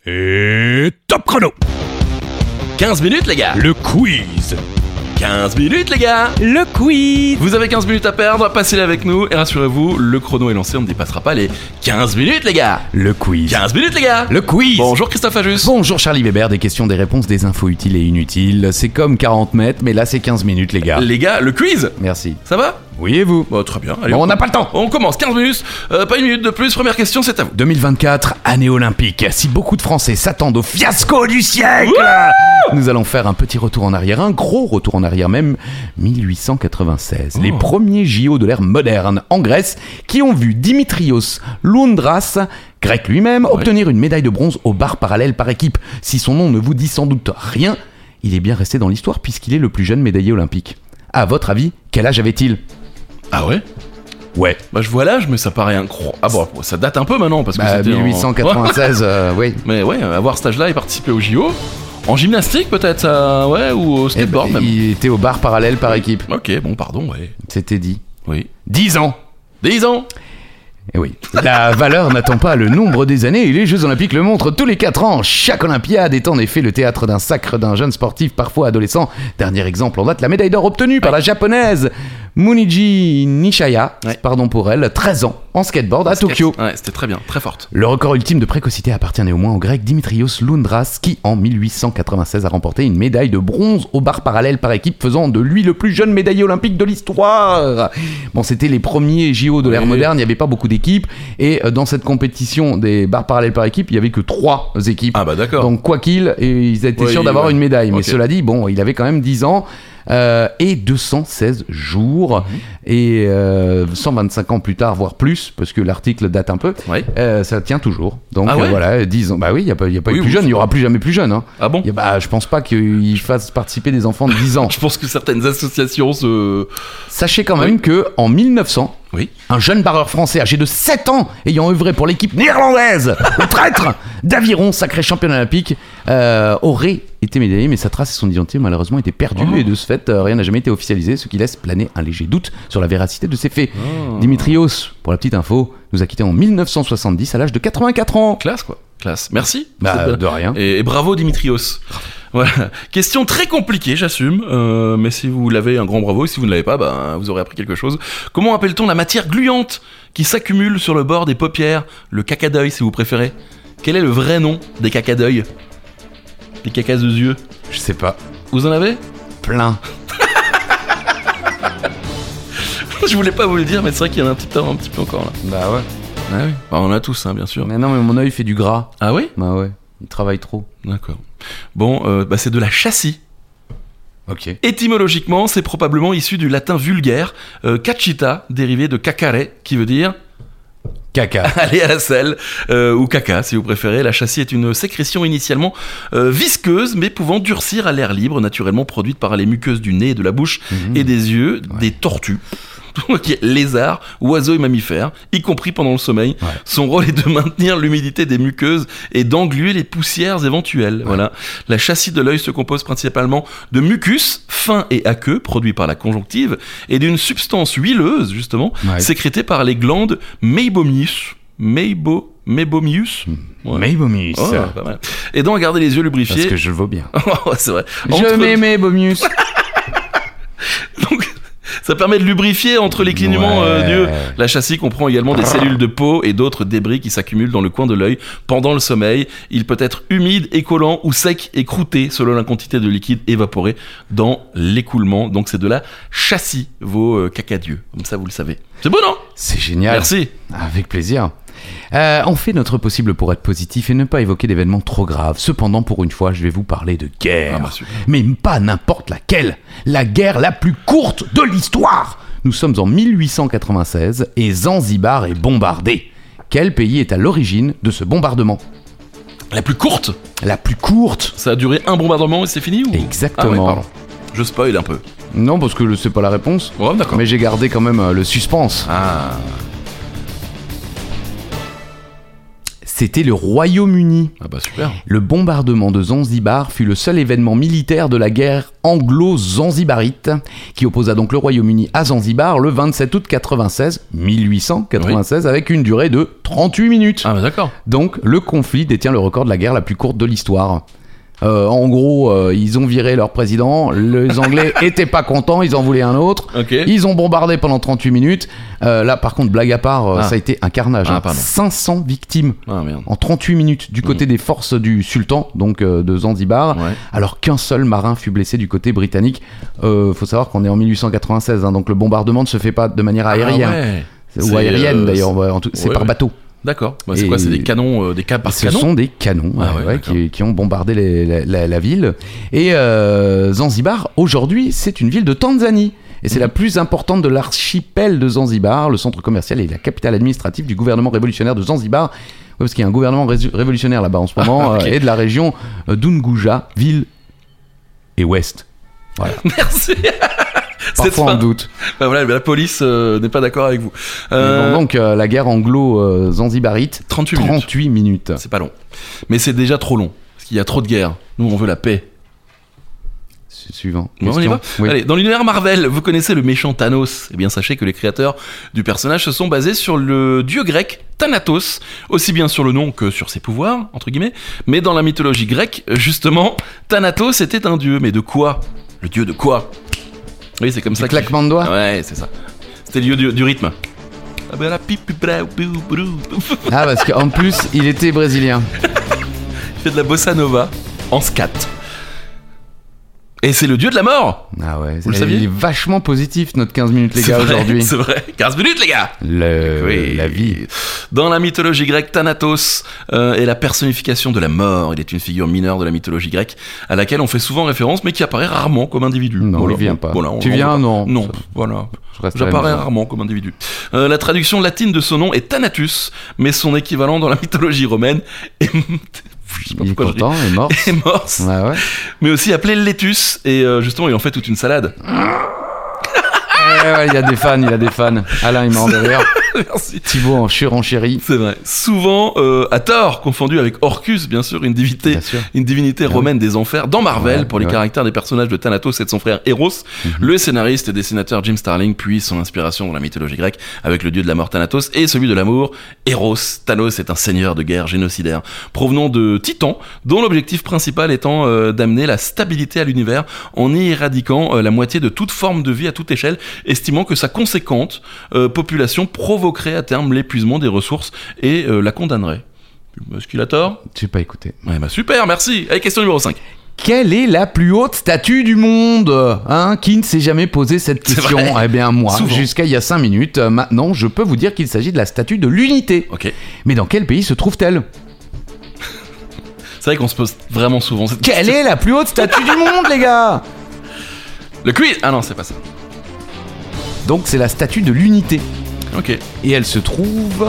Et top chrono. 15 minutes les gars. Le quiz. 15 minutes les gars. Le quiz. Vous avez 15 minutes à perdre, passez-les avec nous et rassurez-vous, le chrono est lancé, on ne dépassera pas les 15 minutes les gars. Le quiz. 15 minutes les gars. Le quiz. Bonjour Christophe Ajus. Bonjour Charlie Weber, des questions, des réponses, des infos utiles et inutiles. C'est comme 40 mètres, mais là c'est 15 minutes les gars. Les gars, le quiz. Merci. Ça va? Oui et vous? Bon, très bien. Allez, Bon, on n'a pas le temps. On commence, 15 minutes, pas une minute de plus. Première question, c'est à vous. 2024, année olympique. Si beaucoup de Français s'attendent au fiasco du siècle, nous allons faire un petit retour en arrière, un gros retour en arrière même, 1896. Les premiers JO de l'ère moderne en Grèce qui ont vu Dimitrios Loundras, grec lui-même, obtenir une médaille de bronze au bar parallèle par équipe. Si son nom ne vous dit sans doute rien, il est bien resté dans l'histoire puisqu'il est le plus jeune médaillé olympique. À votre avis, quel âge avait-il ? Ah ouais? Ouais. Bah je vois l'âge, mais ça paraît incroyable. Ah bon, ça date un peu maintenant parce que Bah, c'était 1896, oui. Mais ouais, avoir cet âge-là et participer au JO. En gymnastique peut-être, ça, ouais, ou au skateboard même. Il était au bar parallèle par équipe. Ok, bon, pardon, ouais. C'était dit. Oui. 10 ans. 10 ans. Et oui. La valeur n'attend pas le nombre des années et les Jeux Olympiques le montrent tous les 4 ans. Chaque Olympiade est en effet le théâtre d'un sacre d'un jeune sportif, parfois adolescent. Dernier exemple en date, la médaille d'or obtenue par la japonaise Muniji Nishaya, pardon pour elle, 13 ans, en skateboard à Tokyo. Ouais, c'était très bien, très forte. Le record ultime de précocité appartient néanmoins au grec Dimitrios Loundras qui, en 1896, a remporté une médaille de bronze au bar parallèle par équipe, faisant de lui le plus jeune médaillé olympique de l'histoire. Bon, c'était les premiers JO de l'ère moderne, il n'y avait pas beaucoup d'équipes, et dans cette compétition des bars parallèles par équipe, il n'y avait que 3 équipes. Ah bah d'accord. Donc quoi qu'il, ils étaient sûrs d'avoir une médaille. Mais cela dit, bon, il avait quand même 10 ans. Et 216 jours et 125 ans plus tard, voire plus, parce que l'article date un peu, ça tient toujours. Donc voilà, 10 ans. Bah oui, il n'y a pas eu plus jeune, il n'y aura plus jamais plus jeune. Hein. Ah bon? Je pense pas qu'il fasse participer des enfants de 10 ans. Je pense que certaines associations se... Sachez quand même que en 1900, un jeune barreur français âgé de 7 ans, ayant œuvré pour l'équipe néerlandaise, le traître d'aviron, sacré champion olympique, aurait été médaillé, mais sa trace et son identité malheureusement étaient perdues et de ce fait rien n'a jamais été officialisé, ce qui laisse planer un léger doute sur la véracité de ces faits. Dimitrios, pour la petite info, nous a quittés en 1970 à l'âge de 84 ans. Classe quoi, classe. Merci. De rien. Et bravo Dimitrios. Voilà. Question très compliquée, j'assume, mais si vous l'avez, un grand bravo, et si vous ne l'avez pas, vous aurez appris quelque chose. Comment appelle-t-on la matière gluante qui s'accumule sur le bord des paupières, le caca d'œil si vous préférez? Quel est le vrai nom des caca d'œil? Des cacas de yeux? Je sais pas. Vous en avez? Plein. Je voulais pas vous le dire, mais c'est vrai qu'il y en a un petit peu encore là. Bah ouais. Ah oui. Bah, on en a tous, bien sûr. Mais non, mais mon œil fait du gras. Ah oui? Bah ouais, il travaille trop. D'accord. Bon, c'est de la châssis. Ok. Étymologiquement, c'est probablement issu du latin vulgaire cacita, dérivé de cacare, qui veut dire caca. Aller à la selle, ou caca si vous préférez. La châssis est une sécrétion initialement visqueuse, mais pouvant durcir à l'air libre, naturellement produite par les muqueuses du nez, de la bouche et des yeux des tortues. Lézards, oiseaux et mammifères, y compris pendant le sommeil. Son rôle est de maintenir l'humidité des muqueuses et d'engluer les poussières éventuelles. Voilà. La châssis de l'œil se compose principalement de mucus fin et aqueux produit par la conjonctive et d'une substance huileuse justement sécrétée par les glandes Meibomius. Meibomius. Meibomius. Pas mal. Aidant à garder les yeux lubrifiés. Parce que je le vaux bien. C'est vrai. Je mets Meibomius. Donc, ça permet de lubrifier entre les clignements d'yeux. La châssis comprend également des cellules de peau et d'autres débris qui s'accumulent dans le coin de l'œil pendant le sommeil. Il peut être humide et collant ou sec et croûté selon la quantité de liquide évaporé dans l'écoulement. Donc c'est de la châssis, vos caca d'yeux. Comme ça, vous le savez. C'est beau, non? C'est génial. Merci. Avec plaisir. On fait notre possible pour être positif et ne pas évoquer d'événements trop graves. Cependant, pour une fois, je vais vous parler de guerre. Mais pas n'importe laquelle. La guerre la plus courte de l'histoire. Nous sommes en 1896 et Zanzibar est bombardé. Quel pays est à l'origine de ce bombardement? La plus courte? La plus courte. Ça a duré un bombardement et c'est fini ou... Exactement. Pardon. Je spoil un peu. Non, parce que c'est pas la réponse. D'accord. Mais j'ai gardé quand même le suspense. C'était le Royaume-Uni. Ah bah super. Le bombardement de Zanzibar fut le seul événement militaire de la guerre anglo-zanzibarite qui opposa donc le Royaume-Uni à Zanzibar le 27 août 1896 avec une durée de 38 minutes. Ah bah d'accord. Donc le conflit détient le record de la guerre la plus courte de l'histoire. En gros, ils ont viré leur président, les Anglais étaient pas contents, ils en voulaient un autre, Ok. ils ont bombardé pendant 38 minutes. Là, par contre, blague à part, ça a été un carnage. Ah, hein. pardon. 500 victimes Ah merde. en 38 minutes du côté des forces du sultan, donc de Zanzibar, Ouais. alors qu'un seul marin fut blessé du côté britannique. Faut savoir qu'on est en 1896, hein, donc le bombardement ne se fait pas de manière aérienne. Ah ouais. Ou C'est, aérienne d'ailleurs, c'est ouais, par ouais. bateau. D'accord. Bah, c'est Et- quoi? C'est des canons, des par Ce canon? sont des canons Ah ouais, d'accord. qui ont bombardé la ville. Et Zanzibar, aujourd'hui, c'est une ville de Tanzanie. Et c'est la plus importante de l'archipel de Zanzibar. Le centre commercial et la capitale administrative du gouvernement révolutionnaire de Zanzibar. Ouais, parce qu'il y a un gouvernement révolutionnaire là-bas en ce moment. Ok. Et de la région d'Unguja, ville et ouest. Voilà. Merci. Cette Parfois fin. on doute. Bah voilà, mais la police n'est pas d'accord avec vous. Mais bon, donc la guerre anglo-zanzibarite, 38 minutes. 38 minutes. C'est pas long. Mais c'est déjà trop long. Parce qu'il y a trop de guerres. Nous, on veut la paix. Suivant. Bon, on y va. Oui. Allez, dans l'univers Marvel, vous connaissez le méchant Thanos. Eh bien, sachez que les créateurs du personnage se sont basés sur le dieu grec Thanatos, aussi bien sur le nom que sur ses pouvoirs, entre guillemets. Mais dans la mythologie grecque, justement, Thanatos était un dieu. Mais de quoi? Le dieu de quoi? Oui, c'est comme ça. Claquement de doigts. Ouais, c'est ça. C'était le dieu du rythme. Ah, parce qu'en plus, il était brésilien. Il fait de la bossa nova en scat. Et c'est le dieu de la mort. Ah ouais, Vous le saviez ? il est vachement positif notre 15 minutes les C'est gars vrai, aujourd'hui. C'est vrai. 15 minutes, les gars. Oui. La vie. Dans la mythologie grecque, Thanatos est la personnification de la mort. Il est une figure mineure de la mythologie grecque à laquelle on fait souvent référence, mais qui apparaît rarement comme individu. Non, Voilà. il vient pas. Voilà, Tu on viens, veut pas. non. Non, Ça- voilà. Je reste à la J'apparais maison. rarement comme individu. La traduction latine de son nom est Thanatus, mais son équivalent dans la mythologie romaine est... Je sais pas Il est pourquoi je ris. content, il est mort. Est morse, Ouais, ouais. mais aussi appelé Létus, et justement il en fait toute une salade. Ouais, il a des fans. Alain, il m'a rendu rire. Merci. Thibaut en surenchérit. C'est vrai. Souvent, à tort, confondu avec Orcus, bien sûr, une divinité, Bien sûr. une divinité Ah romaine des enfers. Dans Marvel, Ouais, pour les ouais. caractères des personnages de Thanatos et de son frère Eros, le scénariste et dessinateur Jim Starlin puise son inspiration dans la mythologie grecque avec le dieu de la mort Thanatos et celui de l'amour Eros. Thanos est un seigneur de guerre génocidaire provenant de Titan, dont l'objectif principal étant d'amener la stabilité à l'univers en y éradiquant la moitié de toute forme de vie à toute échelle, estimant que sa conséquente population provoquerait à terme l'épuisement des ressources et la condamnerait. Est-ce qu'il a tort? J'ai pas écouté. Ouais, bah super, merci. Allez, question numéro 5. Quelle est la plus haute statue du monde hein? Qui ne s'est jamais posé cette C'est question? vrai. Eh bien moi, Souvent. jusqu'à il y a 5 minutes, maintenant je peux vous dire qu'il s'agit de la statue de l'unité. Ok. Mais dans quel pays se trouve-t-elle? C'est vrai qu'on se pose vraiment souvent cette Quelle question. est la plus haute statue du monde, les gars? Le quiz. Ah non, c'est pas ça. Donc c'est la statue de l'unité. Ok. Et elle se trouve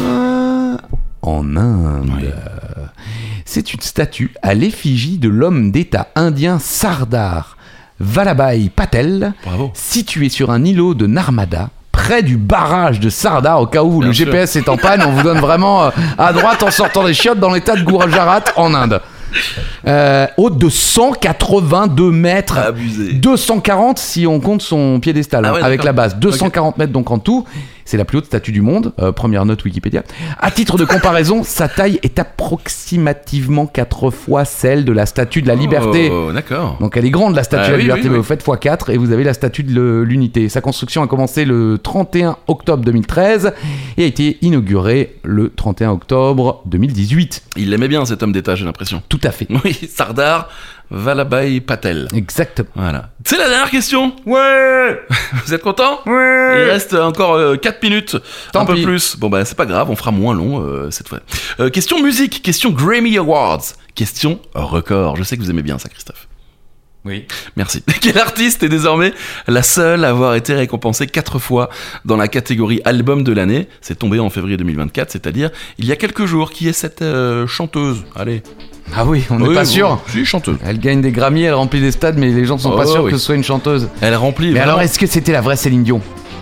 en Inde. Oui. C'est une statue à l'effigie de l'homme d'État indien Sardar Vallabhai Patel, Bravo. situé sur un îlot de Narmada, près du barrage de Sardar, au cas où Bien le sûr. GPS est en panne, on vous donne vraiment à droite en sortant des chiottes dans l'état de Gujarat en Inde. Haute de 182 mètres. Abusé. 240 si on compte son piédestal, Ah ouais, avec d'accord. la base. 240 mètres donc en tout. C'est la plus haute statue du monde. Première note Wikipédia. À titre de comparaison, sa taille est approximativement 4 fois celle de la statue de la liberté. Oh, d'accord. Donc elle est grande la statue Ah de la oui, liberté, oui, mais oui. vous faites x4 et vous avez la statue de l'unité. Sa construction a commencé le 31 octobre 2013 et a été inaugurée le 31 octobre 2018. Il l'aimait bien cet homme d'État, j'ai l'impression. Tout à fait. Oui, Sardar Vallabhai Patel. Exactement. Voilà. C'est la dernière question. Ouais. Vous êtes content? Ouais. Il reste encore 4 minutes. Tant un peu pis. plus. Bon bah c'est pas grave, on fera moins long cette fois. Question musique, question Grammy Awards, question record. Je sais que vous aimez bien ça, Christophe. Oui. Merci. Quel artiste est désormais la seule à avoir été récompensée 4 fois dans la catégorie album de l'année? C'est tombé en février 2024, c'est-à-dire il y a quelques jours. Qui est cette chanteuse? Allez. Ah oui, on n'est Oui, pas bon, sûr. Si, chanteuse. Elle gagne des Grammys, elle remplit des stades, mais les gens sont pas Oh, sûrs oui. que ce soit une chanteuse. Elle remplit. Mais vraiment. alors, est-ce que c'était la vraie Céline Dion?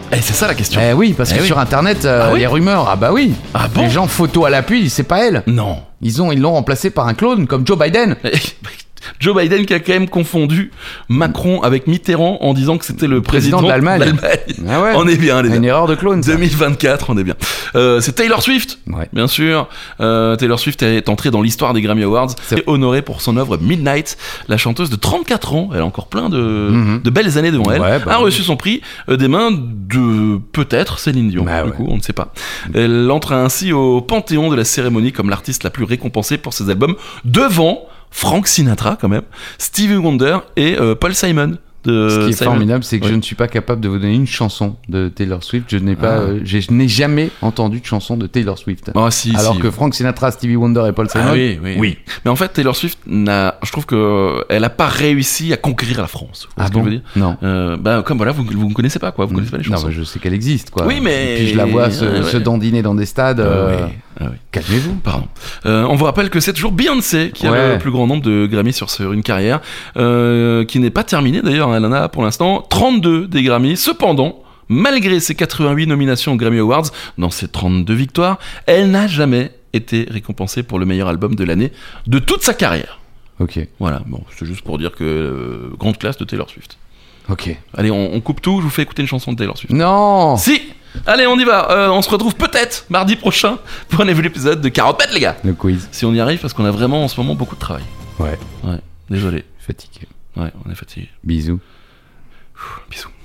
Et c'est ça la question. Oui, parce que oui. sur Internet, oui les rumeurs, oui. Ah bon Les gens photo à l'appui, c'est pas elle. Non. Ils l'ont remplacé par un clone comme Joe Biden. Joe Biden qui a quand même confondu Macron avec Mitterrand en disant que c'était le président de l'Allemagne. Ah ouais. On est bien, les gars. Une erreur de clone. Ça. 2024, on est bien. C'est Taylor Swift, bien sûr. Taylor Swift est entrée dans l'histoire des Grammy Awards et honorée pour son œuvre Midnight. La chanteuse de 34 ans, elle a encore plein de belles années devant elle, a reçu son prix des mains de peut-être Céline Dion. Du coup, on ne sait pas. Elle entre ainsi au panthéon de la cérémonie comme l'artiste la plus récompensée pour ses albums devant Frank Sinatra quand même, Stevie Wonder et Paul Simon. Ce qui est formidable, c'est que je ne suis pas capable de vous donner une chanson de Taylor Swift. Je n'ai jamais entendu de chanson de Taylor Swift. Alors que Frank Sinatra, Stevie Wonder et Paul Simon. Oui. Mais en fait, Taylor Swift je trouve que elle a pas réussi à conquérir la France. Ah bon ? Non. Comme voilà, vous ne connaissez pas quoi, vous connaissez pas les chansons. Non, je sais qu'elle existe quoi. Oui, mais et puis je la vois se dandiner dans des stades. Calmez-vous. Pardon. On vous rappelle que c'est toujours Beyoncé qui a le plus grand nombre de Grammys sur une carrière, qui n'est pas terminée d'ailleurs. Elle en a pour l'instant 32 des Grammys. Cependant, malgré ses 88 nominations aux Grammy Awards, dans ses 32 victoires, elle n'a jamais été récompensée pour le meilleur album de l'année de toute sa carrière. Ok. Voilà, bon, c'est juste pour dire que grande classe de Taylor Swift. Ok. Allez, on coupe tout, je vous fais écouter une chanson de Taylor Swift. Non. Si. Allez, on y va. On se retrouve peut-être mardi prochain pour un nouvel épisode de 40 mètres, les gars. Le quiz. Si on y arrive, parce qu'on a vraiment en ce moment beaucoup de travail. Ouais. Désolé. Fatigué. Ouais, on est fatigué. Bisous. Bisous.